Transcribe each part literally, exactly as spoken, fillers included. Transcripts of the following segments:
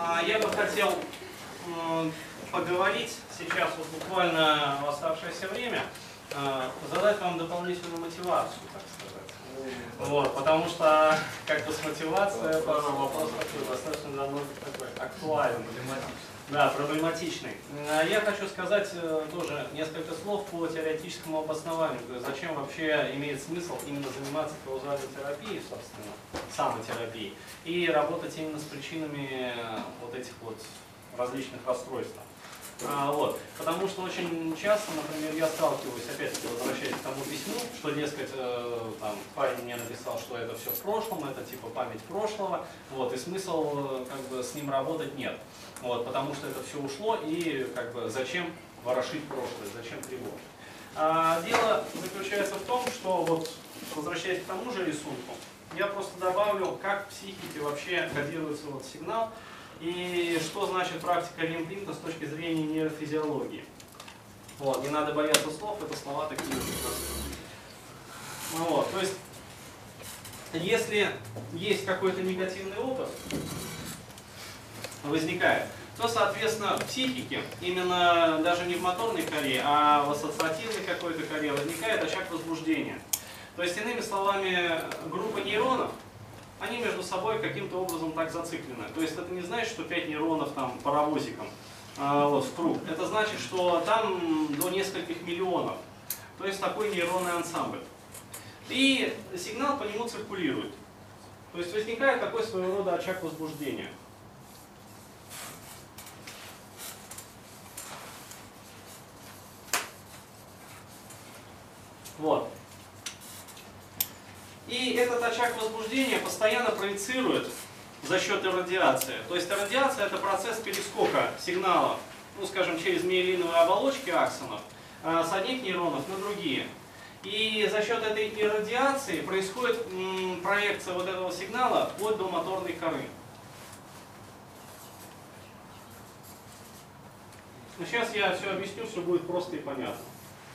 Я бы хотел поговорить сейчас, вот буквально в оставшееся время, задать вам дополнительную мотивацию, так сказать. Вот, потому что как бы с мотивацией это вопрос такой достаточно давно такой актуальный. Да, проблематичный. Я хочу сказать тоже несколько слов по теоретическому обоснованию. То есть зачем вообще имеет смысл именно заниматься каузальной терапией, собственно, самотерапией, и работать именно с причинами вот этих вот различных расстройств. А, вот. Потому что очень часто, например, я сталкиваюсь, опять-таки возвращаясь к тому письму, что, дескать, э, там, парень мне написал, что это все в прошлом, это типа память прошлого, вот, и смысл как бы с ним работать нет. Вот, потому что это все ушло, и как бы зачем ворошить прошлое, зачем тревожить. А, дело заключается в том, что, вот, возвращаясь к тому же рисунку, я просто добавлю, как в психике вообще кодируется вот сигнал, и что значит практика Римплинта с точки зрения нейрофизиологии. Вот, не надо бояться слов, это слова такие же простые. Вот, то есть, если есть какой-то негативный опыт, возникает, то, соответственно, в психике, именно даже не в моторной коре, а в ассоциативной какой-то коре возникает очаг возбуждения. То есть, иными словами, группа нейронов, они между собой каким-то образом так зациклены. То есть, это не значит, что пять нейронов там паровозиком э, вот, в круг. Это значит, что там до нескольких миллионов. То есть, такой нейронный ансамбль. И сигнал по нему циркулирует. То есть, возникает такой своего рода очаг возбуждения. Вот. И этот очаг возбуждения постоянно проецирует за счет иррадиации. То есть иррадиация — это процесс перескока сигналов, ну скажем, через миелиновые оболочки аксонов с одних нейронов на другие. И за счет этой иррадиации происходит м, проекция вот этого сигнала вплоть до моторной коры. Но сейчас я все объясню, все будет просто и понятно.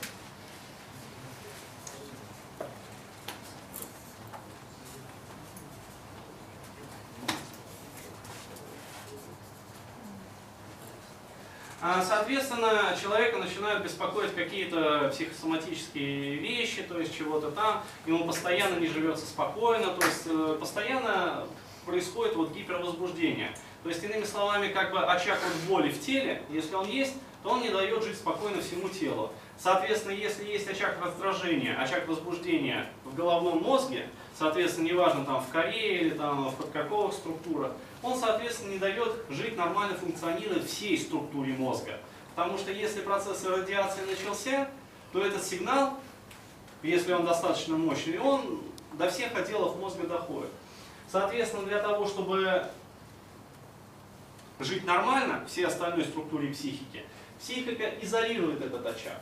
Соответственно, человека начинают беспокоить какие-то психосоматические вещи, то есть чего-то там, ему постоянно не живется спокойно, то есть постоянно происходит вот гипервозбуждение. То есть, иными словами, как бы очаг вот боли в теле, если он есть, то он не дает жить спокойно всему телу. Соответственно, если есть очаг раздражения, очаг возбуждения в головном мозге, соответственно, неважно там в коре или там в подкорковых структурах, он, соответственно, не дает жить нормально функционировать всей структуре мозга. Потому что если процесс радиации начался, то этот сигнал, если он достаточно мощный, он до всех отделов мозга доходит. Соответственно, для того, чтобы жить нормально всей остальной структуре психики, психика изолирует этот очаг.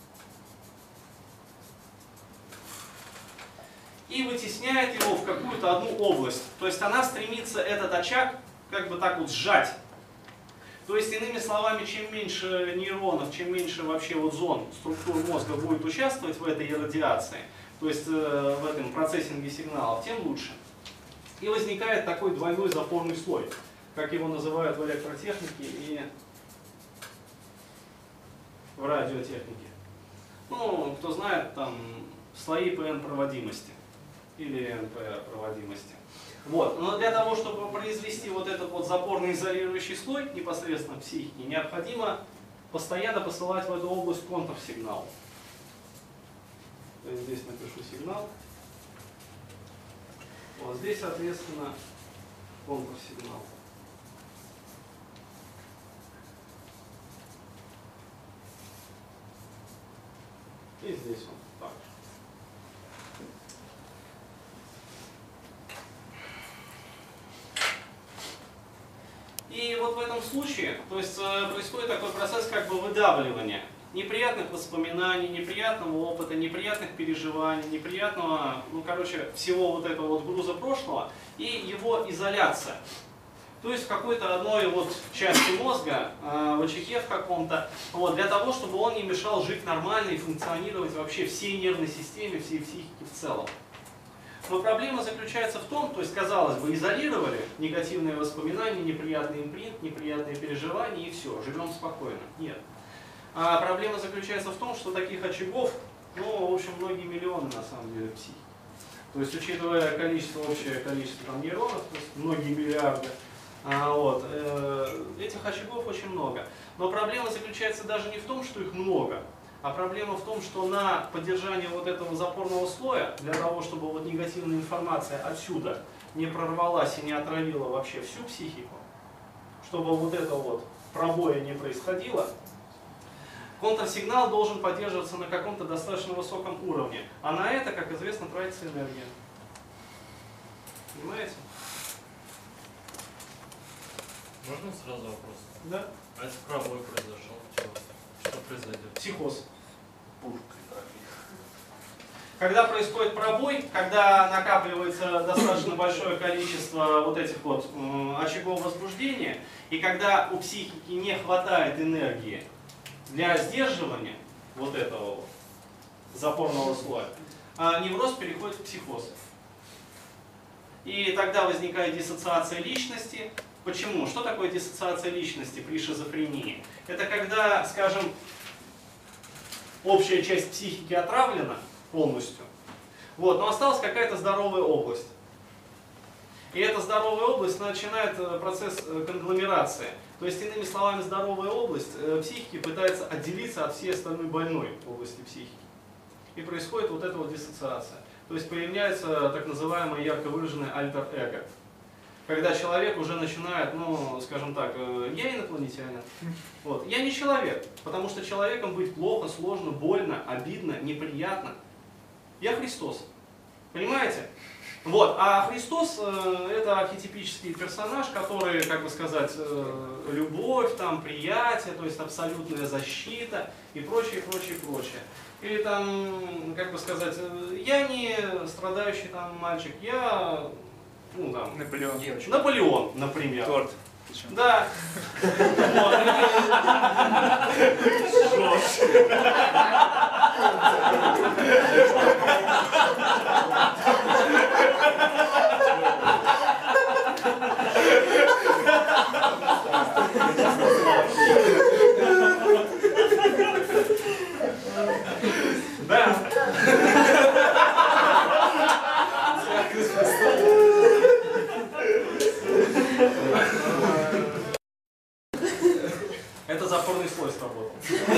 И вытесняет его в какую-то одну область. То есть она стремится этот очаг как бы так вот сжать. То есть, иными словами, чем меньше нейронов, чем меньше вообще вот зон структур мозга будет участвовать в этой иррадиации, то есть э, в этом процессинге сигналов, тем лучше. И возникает такой двойной запорный слой, как его называют в электротехнике и в радиотехнике. Ну, кто знает, там слои пэ эн проводимости или эн пэ эр проводимости. Вот. Но для того, чтобы произвести вот этот вот запорный изолирующий слой непосредственно в психике, необходимо постоянно посылать в эту область контрсигнал. То есть здесь напишу сигнал. Вот здесь, соответственно, контрсигнал. И здесь он так же. И вот в этом случае, то есть происходит такой процесс как бы выдавливания неприятных воспоминаний, неприятного опыта, неприятных переживаний, неприятного, ну короче, всего вот этого вот груза прошлого и его изоляция. То есть в какой-то одной вот части мозга, в очаге в каком-то, вот, для того, чтобы он не мешал жить нормально и функционировать вообще всей нервной системе, всей психике в целом. Но проблема заключается в том, то есть, казалось бы, изолировали негативные воспоминания, неприятный импринт, неприятные переживания и все, живем спокойно. Нет. А проблема заключается в том, что таких очагов, ну, в общем, многие миллионы на самом деле психики. То есть, учитывая количество, общее количество там, нейронов, то есть многие миллиарды, а, вот, э, этих очагов очень много. Но проблема заключается даже не в том, что их много, а проблема в том, что на поддержание вот этого запорного слоя, для того, чтобы вот негативная информация отсюда не прорвалась и не отравила вообще всю психику, чтобы вот это вот пробоя не происходило, контрсигнал должен поддерживаться на каком-то достаточно высоком уровне. А на это, как известно, тратится энергия. Понимаете? Можно сразу вопрос? Да. А если пробой произошел, что, что произойдет? Психоз. Пушкой пробили. Когда происходит пробой, когда накапливается достаточно большое количество вот этих вот э, очагов возбуждения, и когда у психики не хватает энергии для сдерживания вот этого вот запорного слоя, а невроз переходит в психоз. И тогда возникает диссоциация личности. Почему? Что такое диссоциация личности при шизофрении? Это когда, скажем, общая часть психики отравлена полностью, вот, но осталась какая-то здоровая область. И эта здоровая область начинает процесс конгломерации. То есть, иными словами, здоровая область психики пытается отделиться от всей остальной больной области психики. И происходит вот эта вот диссоциация. То есть появляется так называемое ярко выраженное альтер-эго. Когда человек уже начинает, ну, скажем так, я инопланетянин, вот, я не человек, потому что человеком быть плохо, сложно, больно, обидно, неприятно. Я Христос. Понимаете? Вот, а Христос э, это архетипический персонаж, который, как бы сказать, э, любовь, там, приятие, то есть абсолютная защита и прочее, прочее, прочее. Или там, как бы сказать, э, я не страдающий там мальчик, я, ну там, Наполеон. Наполеон, например. Торт. Да. Да. Это запорный слой сработал.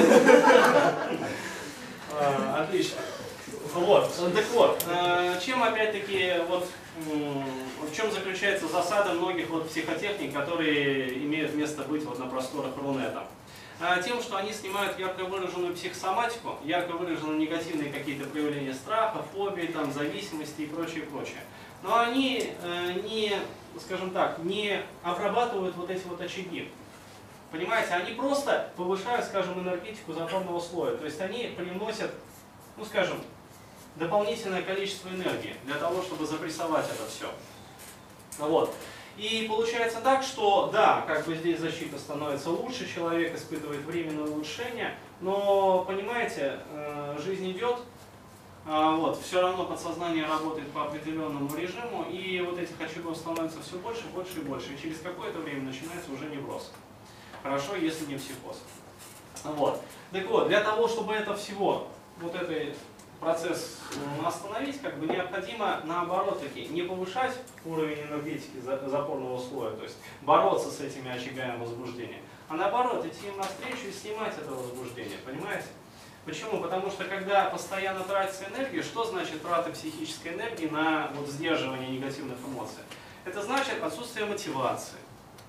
А, отлично. Вот. Так вот, чем опять-таки, вот, в чем заключается засада многих вот психотехник, которые имеют место быть вот на просторах Рунета? Тем, что они снимают ярко выраженную психосоматику, ярко выраженные негативные какие-то проявления страха, фобии, там, зависимости и прочее, прочее. Но они не, скажем так, не обрабатывают вот эти вот очаги. Понимаете, они просто повышают, скажем, энергетику запорного слоя. То есть они приносят, ну скажем, дополнительное количество энергии для того, чтобы запрессовать это все. Вот. И получается так, что да, как бы здесь защита становится лучше, человек испытывает временное улучшение, но, понимаете, жизнь идет, вот, все равно подсознание работает по определенному режиму, и вот этих очагов становится все больше, больше и больше. И через какое-то время начинается уже невроз. Хорошо, если не психоз. Вот. Так вот, для того, чтобы это всего, вот этот процесс остановить, как бы необходимо, наоборот, таки, не повышать уровень энергетики запорного слоя, то есть бороться с этими очагами возбуждения, а наоборот, идти им навстречу и снимать это возбуждение, понимаете? Почему? Потому что когда постоянно тратится энергия, что значит трата психической энергии на вот, сдерживание негативных эмоций? Это значит отсутствие мотивации.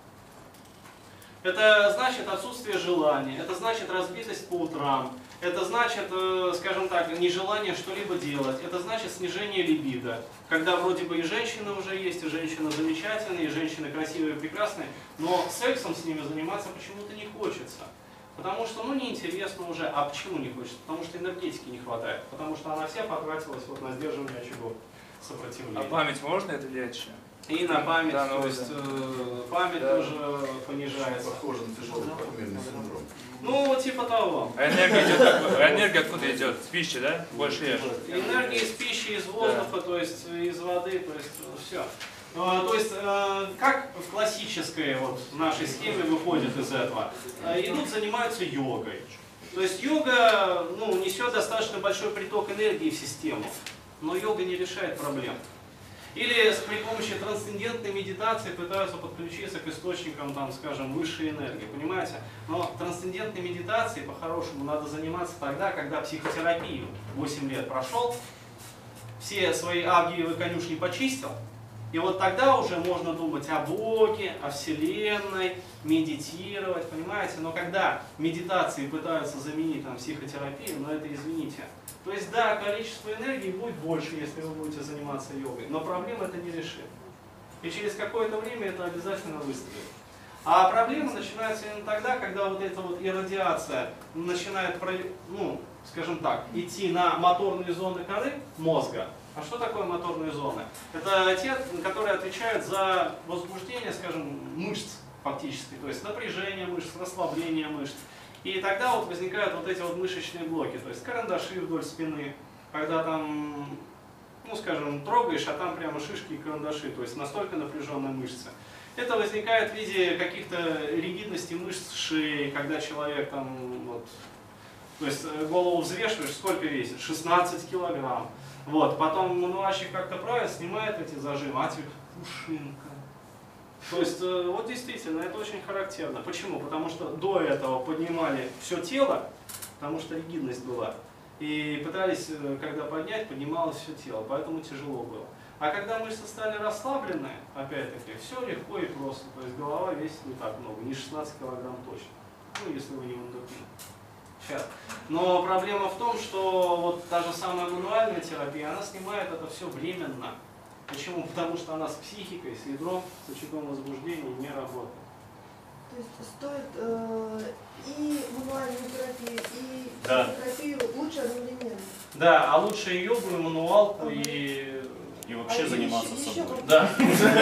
Это значит отсутствие желания, это значит разбитость по утрам, это значит, скажем так, нежелание что-либо делать, это значит снижение либидо. Когда вроде бы и женщины уже есть, и женщины замечательные, и женщины красивые и прекрасные, но сексом с ними заниматься почему-то не хочется. Потому что, ну, неинтересно уже. А почему не хочется? Потому что энергетики не хватает. Потому что она вся потратилась вот на сдерживание очагов сопротивления. А память можно это влиять еще? И на память, Да, то ну, есть да. э, память Да. тоже понижается. Похоже на тяжелый похмельный синдром. Ну, типа того. А энергия идет, откуда- а энергия откуда идет? С пищи, да? Больше ешь. Энергия из пищи, из воздуха, то есть из воды, то есть все. То есть, э, как в классической вот, нашей схеме выходит из этого? Э, Идут, занимаются йогой. То есть йога ну, несет достаточно большой приток энергии в систему, но йога не решает проблем. Или при помощи трансцендентной медитации пытаются подключиться к источникам, там, скажем, высшей энергии, понимаете? Но трансцендентной медитацией по-хорошему надо заниматься тогда, когда психотерапию восемь лет прошел, все свои авгиевы конюшни почистил, и вот тогда уже можно думать о Боге, о Вселенной, медитировать, понимаете? Но когда медитации пытаются заменить там, психотерапию, ну это извините. То есть да, количество энергии будет больше, если вы будете заниматься йогой, но проблема это не решит. И через какое-то время это обязательно выстрелит. А проблема начинается именно тогда, когда вот эта вот иррадиация начинает, ну, скажем так, идти на моторные зоны коры мозга. А что такое моторные зоны? Это те, которые отвечают за возбуждение, скажем, мышц фактически, то есть напряжение мышц, расслабление мышц. И тогда вот возникают вот эти вот мышечные блоки, то есть карандаши вдоль спины, когда там, ну скажем, трогаешь, а там прямо шишки и карандаши, то есть настолько напряженные мышцы. Это возникает в виде каких-то ригидностей мышц шеи, когда человек там, вот, то есть голову взвешиваешь, сколько весит? шестнадцать килограмм. Вот, потом мануальщик как-то правит, снимает эти зажимы, а тебе пушинка. То есть, вот действительно, это очень характерно. Почему? Потому что до этого поднимали все тело, потому что ригидность была. И пытались, когда поднять, поднималось все тело, поэтому тяжело было. А когда мышцы стали расслаблены, опять-таки, все легко и просто. То есть голова весит не так много, не шестнадцать килограмм точно. Ну, если вы не вундеркинд. Сейчас. Но проблема в том, что вот та же самая мануальная терапия, она снимает это все временно. Почему? Потому что она с психикой, с ядром, с очагом возбуждения не работает. То есть стоит э, и мануальную терапию, и Да. психотерапию лучше одновременно? Да, а лучше и йогу, и мануалку, Ага. и... И вообще А заниматься еще- собой. еще Да.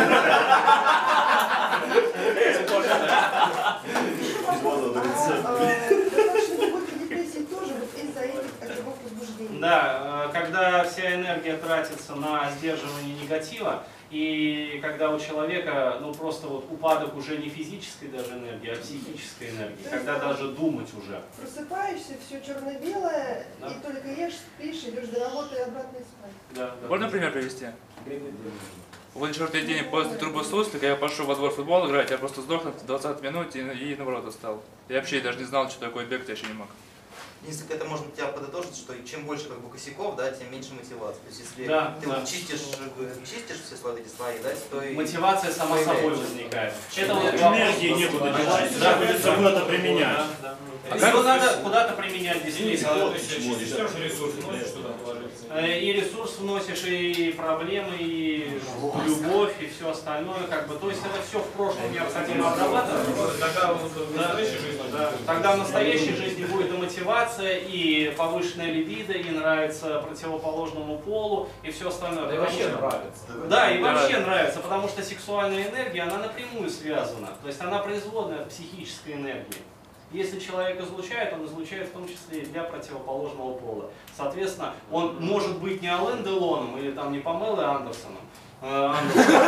Да, когда вся энергия тратится на сдерживание негатива, и когда у человека, ну просто вот упадок уже не физической даже энергии, а психической энергии, когда даже думать уже. Просыпаешься, все черно-белое, Да. и только ешь, спишь, идешь до работы и обратно спать. Да, да. Можно пример привести? Вот четвертый день после трубосуслика я пошел во двор в футбол играть, я просто сдох на двадцать минут и, и наоборот остал. Я вообще даже не знал, что такое бег, я еще не мог. Единственное, это можно тебя подытожить, что чем больше как бы косяков, да, тем меньше мотивации. То есть если Да, ты да. вот чистишь, э, чистишь все свои эти слои, да, то и Мотивация сама собой возникает. Это вот Энергии вопрос- некуда девать, Да, приходится куда-то применять. А его надо куда-то применять действительно. То есть чистишь ресурс, вносишь туда положить. Э, И ресурс вносишь, и проблемы, и любовь, и все остальное, как бы. То есть это все в прошлом необходимо обрабатывать. Тогда вот в настоящей жизни. Да. Тогда в настоящей жизни будет и мотивация, и повышенная либидо, и нравится противоположному полу, и все остальное. Да и Потому вообще что- нравится. Да, и Да. вообще нравится, потому что сексуальная энергия, она напрямую связана. То есть она производная от психической энергии. Если человек излучает, он излучает в том числе и для противоположного пола. Соответственно, он может быть не Ален Делоном или там не Памелой Андерсоном. э, Андерсоном.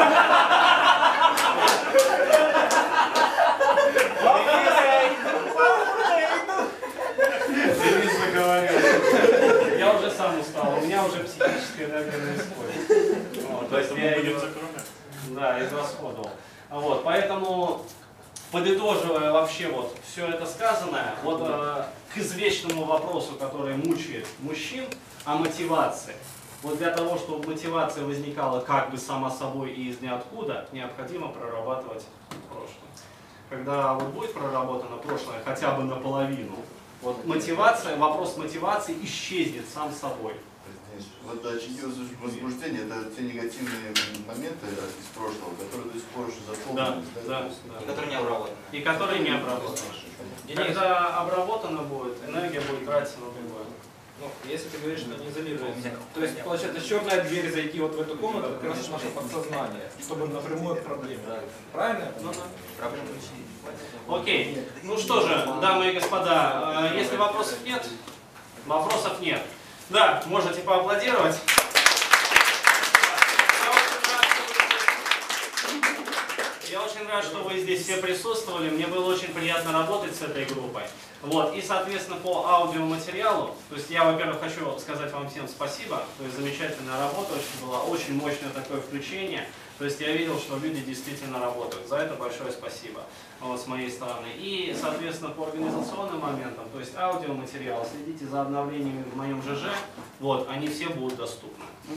Денис заговорил. Я уже сам устал, у меня уже психическая энергия на исходе. Вот, то есть Поэтому я будем её- закроем. Да, израсходовал. Вот, поэтому, подытоживая вообще вот все это сказанное, вот э, к извечному вопросу, который мучает мужчин, о мотивации. Вот для того, чтобы мотивация возникала как бы сама собой и из ниоткуда, необходимо прорабатывать прошлое. Когда вот будет проработано прошлое хотя бы наполовину, вот мотивация, вопрос мотивации исчезнет сам собой. Вот очаги возбуждения — это те негативные моменты из прошлого, которые до сих пор еще Да, заполнены. да, и да. которые не обработаны. И которые не обработаны. Когда обработано будет, энергия будет тратиться на другое. Ну, если ты говоришь, что не изолируется. То есть, получается, черная дверь зайти вот в эту комнату, как раз наше подсознание, чтобы напрямую к проблеме. Правильно? Ну, да. Проблема. Окей. Ну что же, дамы и господа, э, если вопросов нет, вопросов нет. Да, можете поаплодировать. Я очень рад, что вы здесь все присутствовали. Мне было очень приятно работать с этой группой. Вот. И, соответственно, по аудиоматериалу, то есть я, во-первых, хочу сказать вам всем спасибо. То есть замечательная работа очень была, очень мощное такое включение. То есть я видел, что люди действительно работают. За это большое спасибо вот, с моей стороны. И, соответственно, по организационным моментам, то есть аудиоматериал, следите за обновлениями в моем ЖЖ. Вот, они все будут доступны.